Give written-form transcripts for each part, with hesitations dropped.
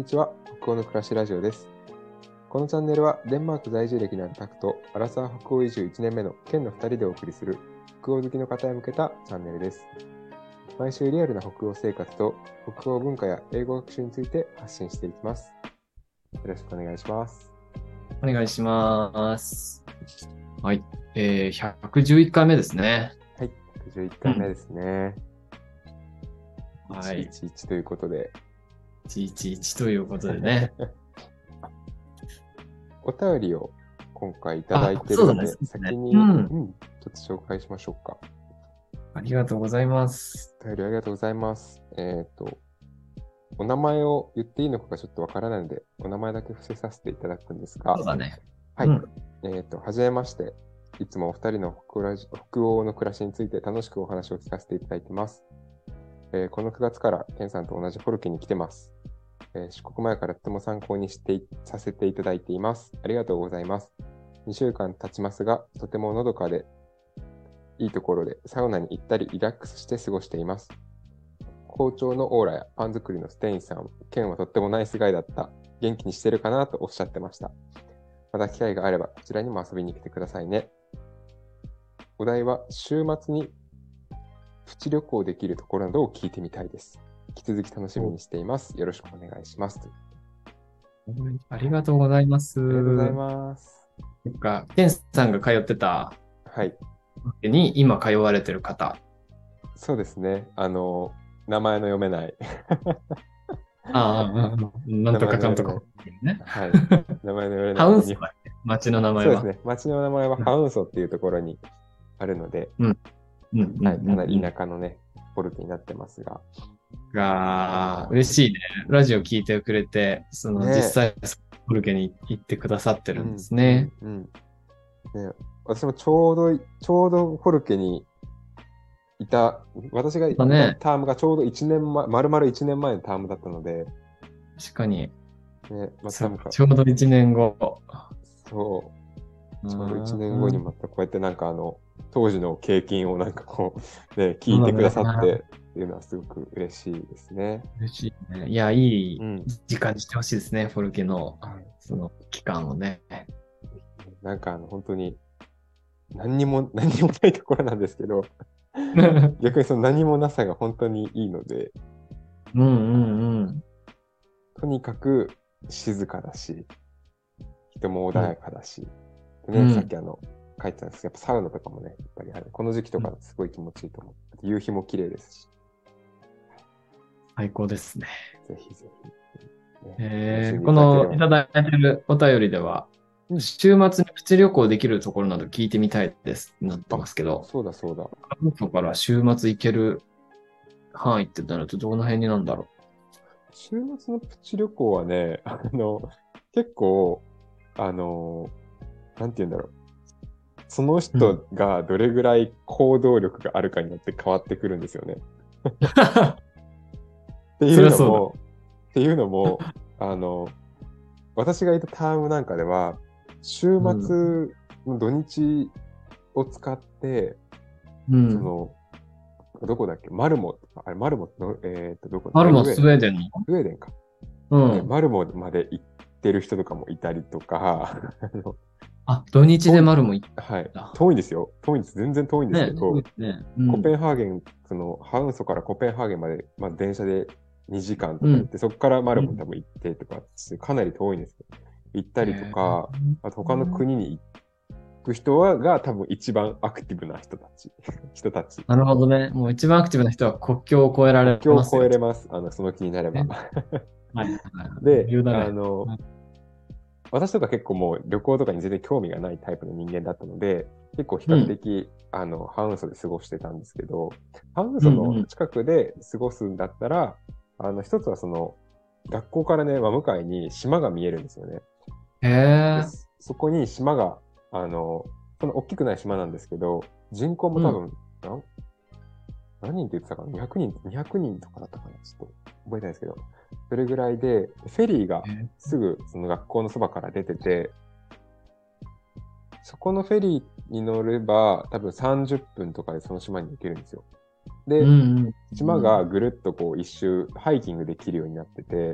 にちは、北欧の暮らしラジオです。このチャンネルはデンマーク在住歴のあるタクとアラサー北欧移住1年目のケンの2人でお送りする北欧好きの方へ向けたチャンネルです。毎週リアルな北欧生活と北欧文化や英語学習について発信していきます。よろしくお願いします。 お願いします。はい。111回目ですね。 はい、111回目ですね。 はい。 111ということで。 111ということでね。 お便りを今回いただいてるので、先に、ちょっと紹介しましょうか。 ありがとうございます。 お便りありがとうございます。お名前を言っていいのかがちょっとわからないので、お名前だけ伏せさせていただくんですが、 そうだね。 はい。はじめまして。いつもお二人の北欧の暮らしについて楽しくお話を聞かせていただいてます。この9月からケンさんと同じフォルケに来てます。出国前からとても参考にさせていただいています。ありがとうございます。2週間経ちますが、とてものどかでいいところでサウナに行ったりリラックスして過ごしています。好調のオーラやパン作りのステインさん、ケンはとってもナイスガイだった。元気にしてるかなとおっしゃってました。また機会があればこちらにも遊びに来てくださいね。お題は週末にプチ旅行できるところなどを聞いてみたいです。引き続き楽しみにしています。よろしくお願いします。 ありがとうございます。 ありがとうございます。 ケンさんが通ってたに今通われてる方。 そうですね。名前の読めない。 なんとかかんとか。 ね。はい。名前の読めない。 ハウンソ町の名前は。 そうですね。町の名前はハウンソっていうところにあるので、はい、かなり田舎のね、フォルテになってますが。 嬉しいね。ラジオ聞いてくれて、実際、フォルケに行ってくださってるんですね。 私もちょうどフォルケにいた、私がいたタームがちょうど1年前、丸々1年前のタームだったので。 確かに。 ね、 ちょうど1年後。 そう。ちょうど1年後にまたこうやって当時の経験をね、聞いてくださってっていうのはすごく嬉しいですね。 嬉しいね。いや、いい時間にしてほしいですね、フォルケの、その期間をね。 本当に何にもないところなんですけど、逆にその何もなさが本当にいいので、とにかく静かだし、人も穏やかだし、さっき書いてたんですけど、やっぱサウナとかもね、やっぱりこの時期とかすごい気持ちいいと思う。夕日も綺麗ですし。 最高ですね。 ぜひぜひ。このいただいてるお便りでは、週末にプチ旅行できるところなど聞いてみたいですってなってますけど。 そうだそうだ。 そこから週末行ける範囲ってなるとどの辺になんだろう。 週末のプチ旅行はね、結構、なんて言うんだろう。その人がどれぐらい行動力があるかによって変わってくるんですよね。っていうのも、私がいたタームなんかでは、週末の土日を使って、どこだっけ、マルモとか、あれ、マルモの、どこだマルモ、スウェーデンのスウェーデンか。マルモまで行ってる人とかもいたりとか、 土日でマルモ行った。 はい。遠いんですよ。遠いんです。全然遠いんですけど、コペンハーゲン、ハウンソからコペンハーゲンまで、電車で2時間とか行って、そこからマルモ多分行ってとか、かなり遠いんですけど、行ったりとか、あと他の国に行く人が多分一番アクティブな人たち。 なるほどね。もう一番アクティブな人は国境を越えられます。 国境を越えれます。その気になれば。で、私とか結構もう旅行とかに全然興味がないタイプの人間だったので、結構比較的、ハウンソで過ごしてたんですけど、ハウンソの近くで過ごすんだったら、一つは学校からね、真向かいに島が見えるんですよね。そこに島が、その大きくない島なんですけど、人口も多分、何人って言ってたかな ?200 人とかだったかなちょっと覚えてないですけど、それぐらいで、フェリーがすぐその学校のそばから出てて、そこのフェリーに乗れば多分30分とかでその島に行けるんですよ。で、島がぐるっとこう一周ハイキングできるようになってて、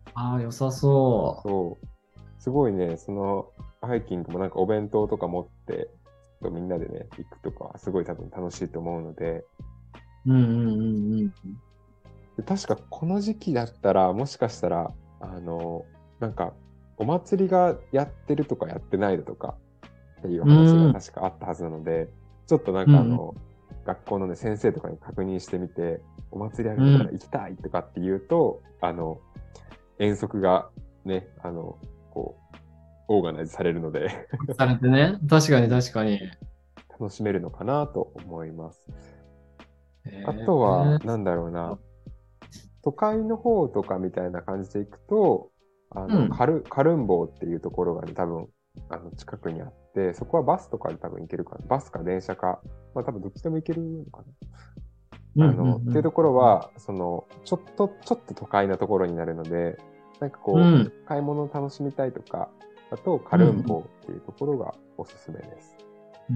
ああ、良さそそう。すごいね、そのハイキングもなんかお弁当とか持って、みんなでね、行くとか、すごい多分楽しいと思うので、 う。うんうんうんうん。 で確かこの時期だったら、もしかしたら、なんか、お祭りがやってるとかやってないだとかっていう話がうん確かあったはずなので、ちょっとなんうんか学校のね、先生とかに確認してみて、お祭りあるうん。 んだったら行きたいとかって言うと、遠足がね、こう、オーガナイズされるのでされてね。確かにうん、 確かに。 楽しめるのかなと思います。あえとは、 ー、 なんだろうな、都会の方とかみたいな感じで行くと、 うん。 カルンボっていうところがね、多分、近くにあって、そこはバスとかで多分行けるかな。バスか電車か、まあ多分どっちでも行けるのかうんな。っていううんところは、ちょっと都会なところになるので、なんかうん。 こう、 うん。 買い物を楽しみたいとか、あと、カうん。 ルンボっていうところがおすすめです。 うん。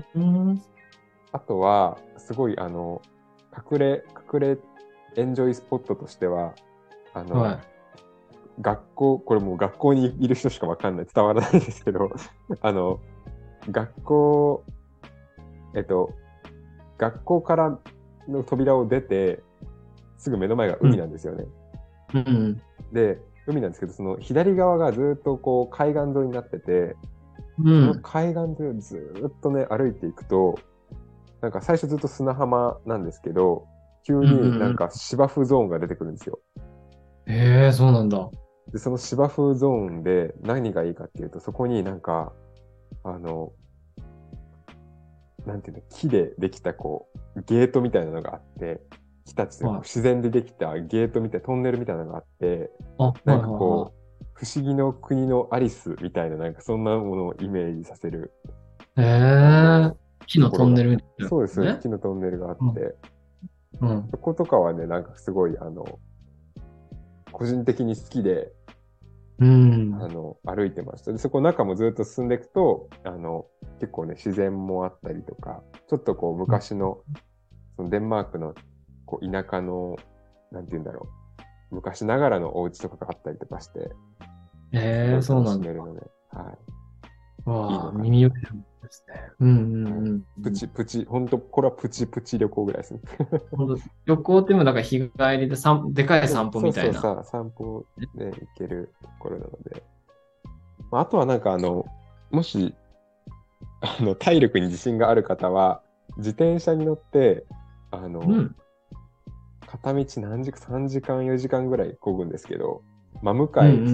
うん。 あとは、すごい、隠れエンジョイスポットとしては、あの、 はこれもう学校にいる人しかわかんない、伝わらないですけど、あの、学校、えっと、学校からの扉を出て、すぐ目の前がい。うん。 海なんですよね。 うん。 で、海なんですけど、その左側がずっとこう海岸沿いになってて、そのうん。 海岸沿いをずっとね、歩いていくと、なんか最初ずっと砂浜なんですけど、急うん。 になんうん。 か芝生ゾーンが出てくるんですよ。 ええ、そうなんだ。 で、その芝生ゾーンで何がいいかっていうと、そこになんか、あの、なんていうの、木でできたこう、ゲートみたいなのがあって、木たちでこうはい。 自然でできたゲートみたいな、トンネルみたいなのがあって、 あ、はいなんはいかこはう、不思議の国のアリスみたいな、なんかそんなものをイメージさせる、 い。えあえ、 の、 木のトンところが、 ネルみたいなそうです、そうです、 ね。 木のトンネルがあっうん。 て、 うん。 そことかはね、なんかすごい、個人的に好きで、 うん。 歩いてました。で、そこ中もずっと進んでいくと、結構ね、自然もあったりとか、ちょっとこう、昔の、そのデンマークのこう田舎の、なんて言うんだろう、昔ながらのお家とかがあったりとかして、すええ、 ごい楽そうなんだ。 しめるので、はい、いいわあ、 のかなと。 耳寄りですね。うんうはい。 んうんうん。 プチ、本当これはプチプチ旅行ぐらいですね。 本当旅行ってもだから日帰りででかい散歩そうみたいな。 そうさ、散歩で行けるところなので。まあ、あとはなんかもし、体力に自信がある方は、自転車に乗って、あの、 うん。 片道何時間、3時間、4時間ぐらい漕ぐんですけど、真向かい、 うんうん。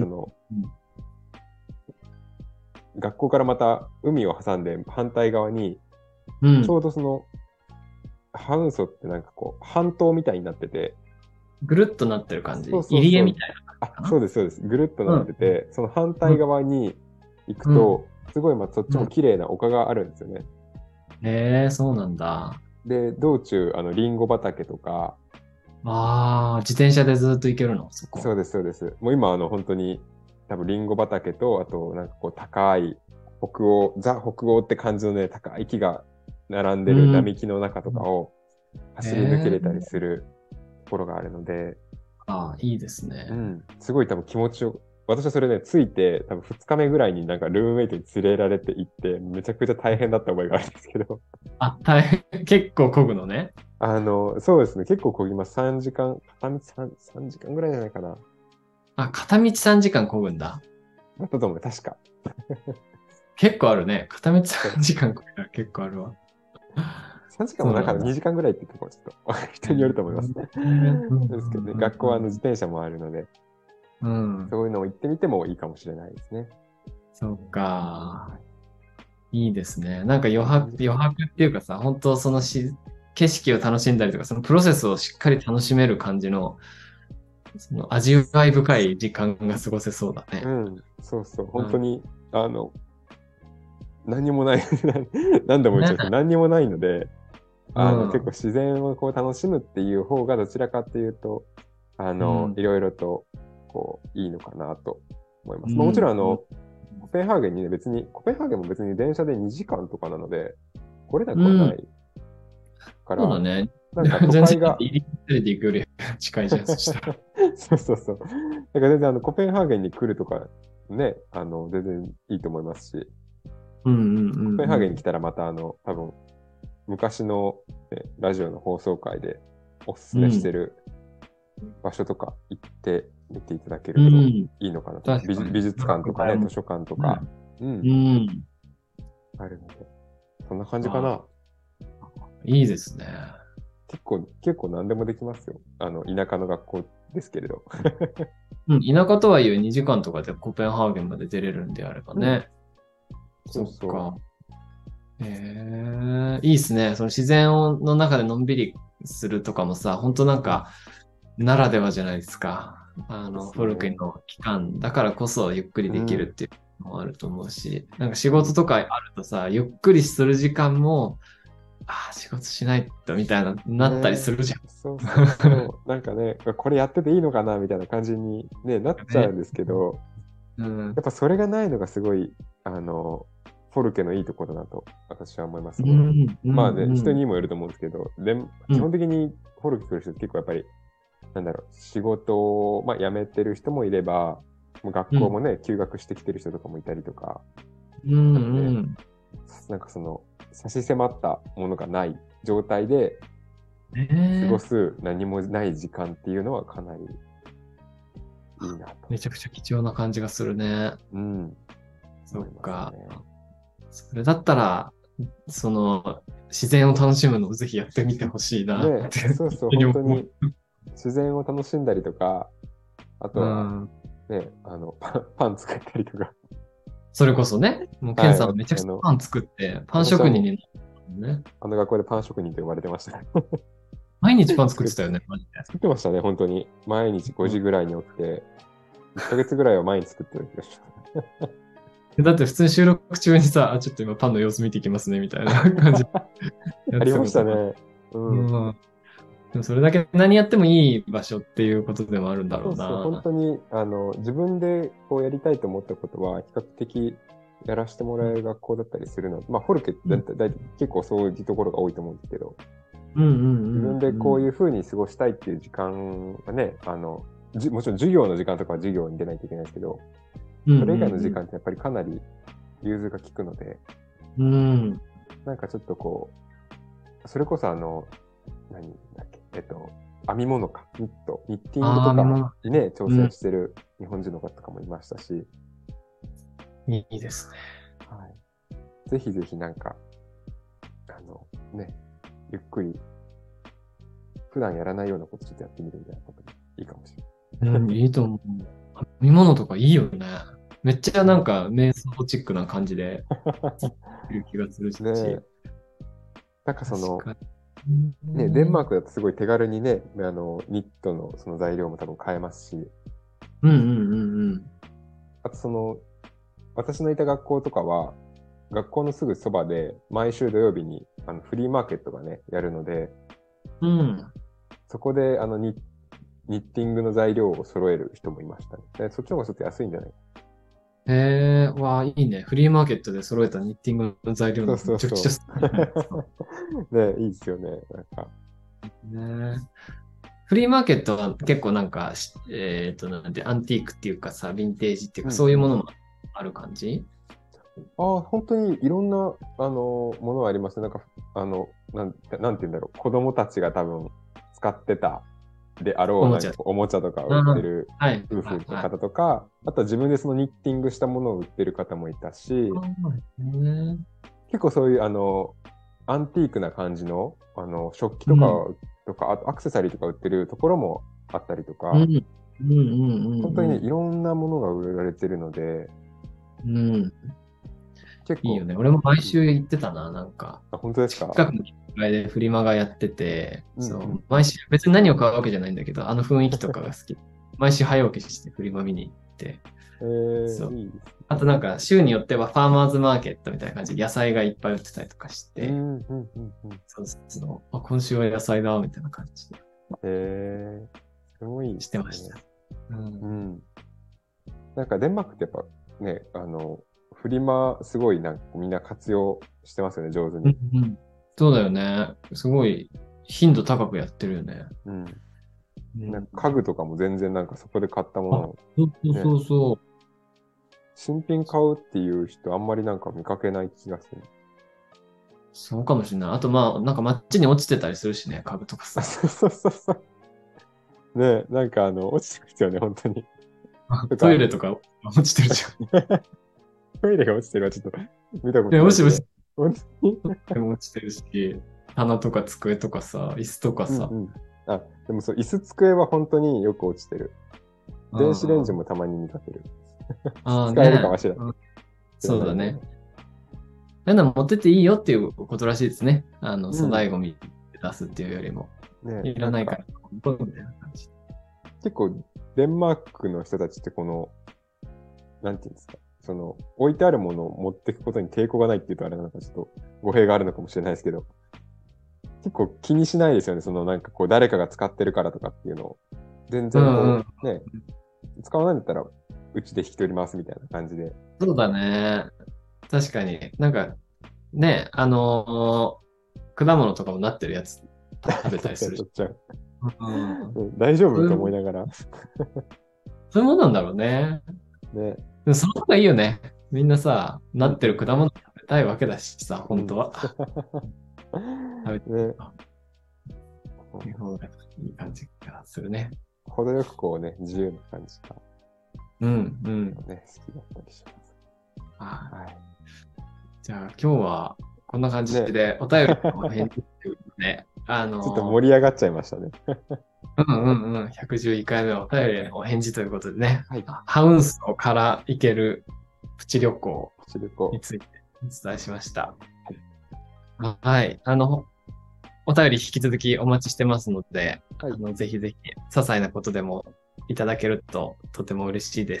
学校からまた海を挟んで反対側に、ちうん。 ょうどその、ハウンソってなんかこう、半島みたいになってて、 ぐるっとなってる感そうじ。入り江そうそう、 みたいな感じあ、 かな。 そうです、そうです。ぐるっとなうん。 ってて、その反うん。 対側に行くうん。 と、すごい、まあ、そっちうん。 も綺麗な丘があるんですよね。 へえ、そうなんだ。 で、道中、リンゴ畑とか、 ああ、自転車でずっと行けるの、そこ。 そうです、そうです。もう今、本当に、多分リンゴ畑と、あと、なんかこう、高い、北欧って感じのね、高い木が並んでるうん。 並木の中とかをへ走り抜けれたりえ。 するところがあるので、 ああ、いいですね。 うん、すごい多分気持ちよ私はそれね、ついて、多分2日目ぐらいになんかルームメイトに連れられて行って、めちゃくちゃ大変だった覚えがあるんですけど、 あ、大変、結構漕ぐのね。 そうですね、結構漕ぎます。3時間、片道3時間ぐらいじゃないかな。 あ、片道3時間漕ぐんだ。 だったと思う、確か。 結構あるね。片道3 そう時間漕いだら結構あるわ。 3時間もなんかそうなんだ。 2時間ぐらいって言ってもちょっと人によると思います。ですけどね、学校は自転車もあるので、 うん。 そういうのを行ってみてもいいかもしれないですね。 そうはか。いいですね。なんかい、こんな感じかな。 余白っていうかさ、本当景色を楽しんだりとか、そのプロセスをしっかり楽しめる感じの、その味わい深い時間が過ごせそうだね。 うん、そうそう、 うん。 本当に、何にもない何度も言っちゃうとね。 何にもないので、 う結構ん。 自然をこう楽しむっていう方がどちらかっていうと、 うん。 いろいろと、こう、いいのかなと思います。まあ、もちろんうん。うん。 コペンハーゲンも別に電車で2時間とかなので、来れなうん。 くはないから、 そうだね。 なんか都全然会が、 入り口で行くより近いじゃん、そしたら。 そうそうそう。 だから全然コペンハーゲンに来るとかね、全然いいと思いますし、 うんうんうんコペンハーゲンにう来たらまた多分昔の、ね、ラジオの放送回でおすすめしてる場所とか行ってみていただけるといいのかなと。 確かに美術館とかね、図書館とか、 ん。 あるので、そんな感じかな。 いいですね。 結構何でもできますよ。田舎の学校ですけれど。 田舎とはいえ2時間とかでコペンハーゲンまで出れるんであればね。そっか。いいっすね。その自然の中でのんびりするとかもさ、本当なんか、ならではじゃないですか。フォルクの期間だからこそゆっくりできるっていうのもあると思うし、なんか仕事とかあるとさ、ゆっくりする時間も、仕事しないとみたいなったりするじゃん。 そうそうそう。なんかね、これやってていいのかなみたいな感じに、ね、なっちゃうんですけど、やっぱそれがないのがすごい、フォルケのいいところだなと私は思いますね。まあね、人にもよると思うんですけど、基本的にフォルケ来る人って結構やっぱり、仕事を、辞めてる人もいれば、もう学校もね、休学してきてる人とかもいたりとか、なんかその、差し迫ったものがない状態で過ごす何もない時間っていうのはかなりいいなと。 めちゃくちゃ貴重な感じがするね。そっか。それだったら、その、自然を楽しむのをぜひやってみてほしいなって。 そうそう、本当に自然を楽しんだりとか、あとは、ね、パン作ったりとか。 それこそね、もうケンさんめちゃくちゃパン作って、パン職人になったね。 学校でパン職人と呼ばれてましたね。 毎日パン作ってたよね、マジで。 作ってましたね、本当に。毎日5時ぐらいに起きて、1ヶ月ぐらいは毎日作ってる気がします。 だって普通に収録中にさ、ちょっと今パンの様子見ていきますね、みたいな感じ。 ありましたね。 でもそれだけ何やってもいい場所っていうことでもあるんだろうな。 そう本当に自分でこうやりたいと思ったことは比較的やらせてもらえる学校だったりするので、フォルケって結構そういうところが多いと思うんですけど、自分でこういうふうに過ごしたいっていう時間がね、もちろん授業の時間とかは授業に出ないといけないですけど、それ以外の時間ってやっぱりかなり融通が利くので、なんかちょっとこう、それこそ何だっけ、編み物か、ニッティングとかにね、挑戦してる日本人の方とかもいましたし。 いいですね。 はい。ぜひぜひなんか、ゆっくり、普段やらないようなことちょっとやってみるみたいなこともいいかもしれない。 いいと思う。編み物とかいいよね。めっちゃなんか瞑想チックな感じで、いる気がするし。 ね、なんかその、ね、デンマークだとすごい手軽にね、ニットのその材料も多分買えますし、あとその、私のいた学校とかは、学校のすぐそばで、毎週土曜日にフリーマーケットがね、やるので、そこでニッティングの材料を揃える人もいましたね。でそっちの方がちょっと安いんじゃないか。 わあ、いいね。フリーマーケットで揃えたニッティングの材料のめちゃくちゃね、いいですよね。なんか。 フリーマーケットは結構なんか、なんて、アンティークっていうかさ、ヴィンテージっていうか、そういうものもある感じ？ 本当にいろんな、ものがありますね。なんか、なんて言うんだろう。子供たちが多分使ってたであろうおもちゃとかを売ってる夫婦の方とか、あとは自分でそのニッティングしたものを売ってる方もいたし、結構そういうアンティークな感じの食器とか、あとアクセサリーとか売ってるところもあったりとか、本当にね、いろんなものが売られてるので、 結構いいよね。俺も毎週行ってたな、なんか。 本当ですか？ 近くの街でフリマがやってて、毎週、別に何を買うわけじゃないんだけど、雰囲気とかが好き。毎週早起きしてフリマ見に行って。あとなんか、週によってはファーマーズマーケットみたいな感じで野菜がいっぱい売ってたりとかして、今週は野菜だ、みたいな感じで。 すごい、 してました。 なんかデンマークってやっぱね、フリマすごいなんかみんな活用してますよね、上手に。 そうだよね。すごい頻度高くやってるよね。 なんか家具とかも全然なんかそこで買ったものを、 そうそうそう。 新品買うっていう人あんまりなんか見かけない気がする。 そうかもしれない。あとまあ、なんか街に落ちてたりするしね、家具とかさ。 そうそうそうそう。ね、なんか落ちてますよね、本当に。とトか、 イレとか落ちてるじゃん。 トイレが落ちてるはちょっと見たこで、 とないけど。 もしもし、 本当にでも落ちてるし、棚とか机とかさ、椅子とかさ。 うんうん。あ、でもそう、椅子机は本当によく落ちてる。電子レンジもたまに見かける。 ああ使えるかね、 は知らそうだね。 ないけど。 そういうの持ってっていいよっていうことらしいですね。粗うん。 大ゴミ出すっていうよりも。 ね、 いらないから、みたいな感じ。 結構デンマークの人たちってなんていうんですか、置いてあるものを持っていくことに抵抗がないっていうとあれなのか、ちょっと語弊があるのかもしれないですけど、結構気にしないですよね。なんか誰かが使ってるからとかっていうのを。全然うんうん。 ね、使わないんだったら、うちで引き取りますみたいな感じで。 そうだね。確かに。なんか、ね、果物とかもなってるやつ食べたりするし。 取っちゃう。 うん。 大丈夫とそういう、 思いながら。 そういうもんなんだろうね。 ね。 でもその方がいいよね。みんなさ、なってるうん。 果物食べたいわけだしさ、 うん。 本当は。食べてね。 る方がいい感じがするね。 程よく自由な感じが、 うんうん。 ね、好きだったりします。 あ、 はい。 じゃあ今日はこんな感じね。 でお便りのお返事っていうことで、 ちょっと盛り上がっちゃいましたね。 うんうんうん、111回目お便りへのお返事ということでね、 はい。 ハウンスから行けるプチ旅行チルコ。 についてお伝えしました。はい。お便り引き続きお待ちしてますので、 はい。 ぜひぜひ、些細なことでもいただけるととても嬉しいです。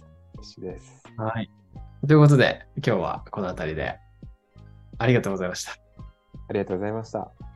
嬉しいです。 はい。ということで、今日はこの辺りでありがとうございました。 ありがとうございました。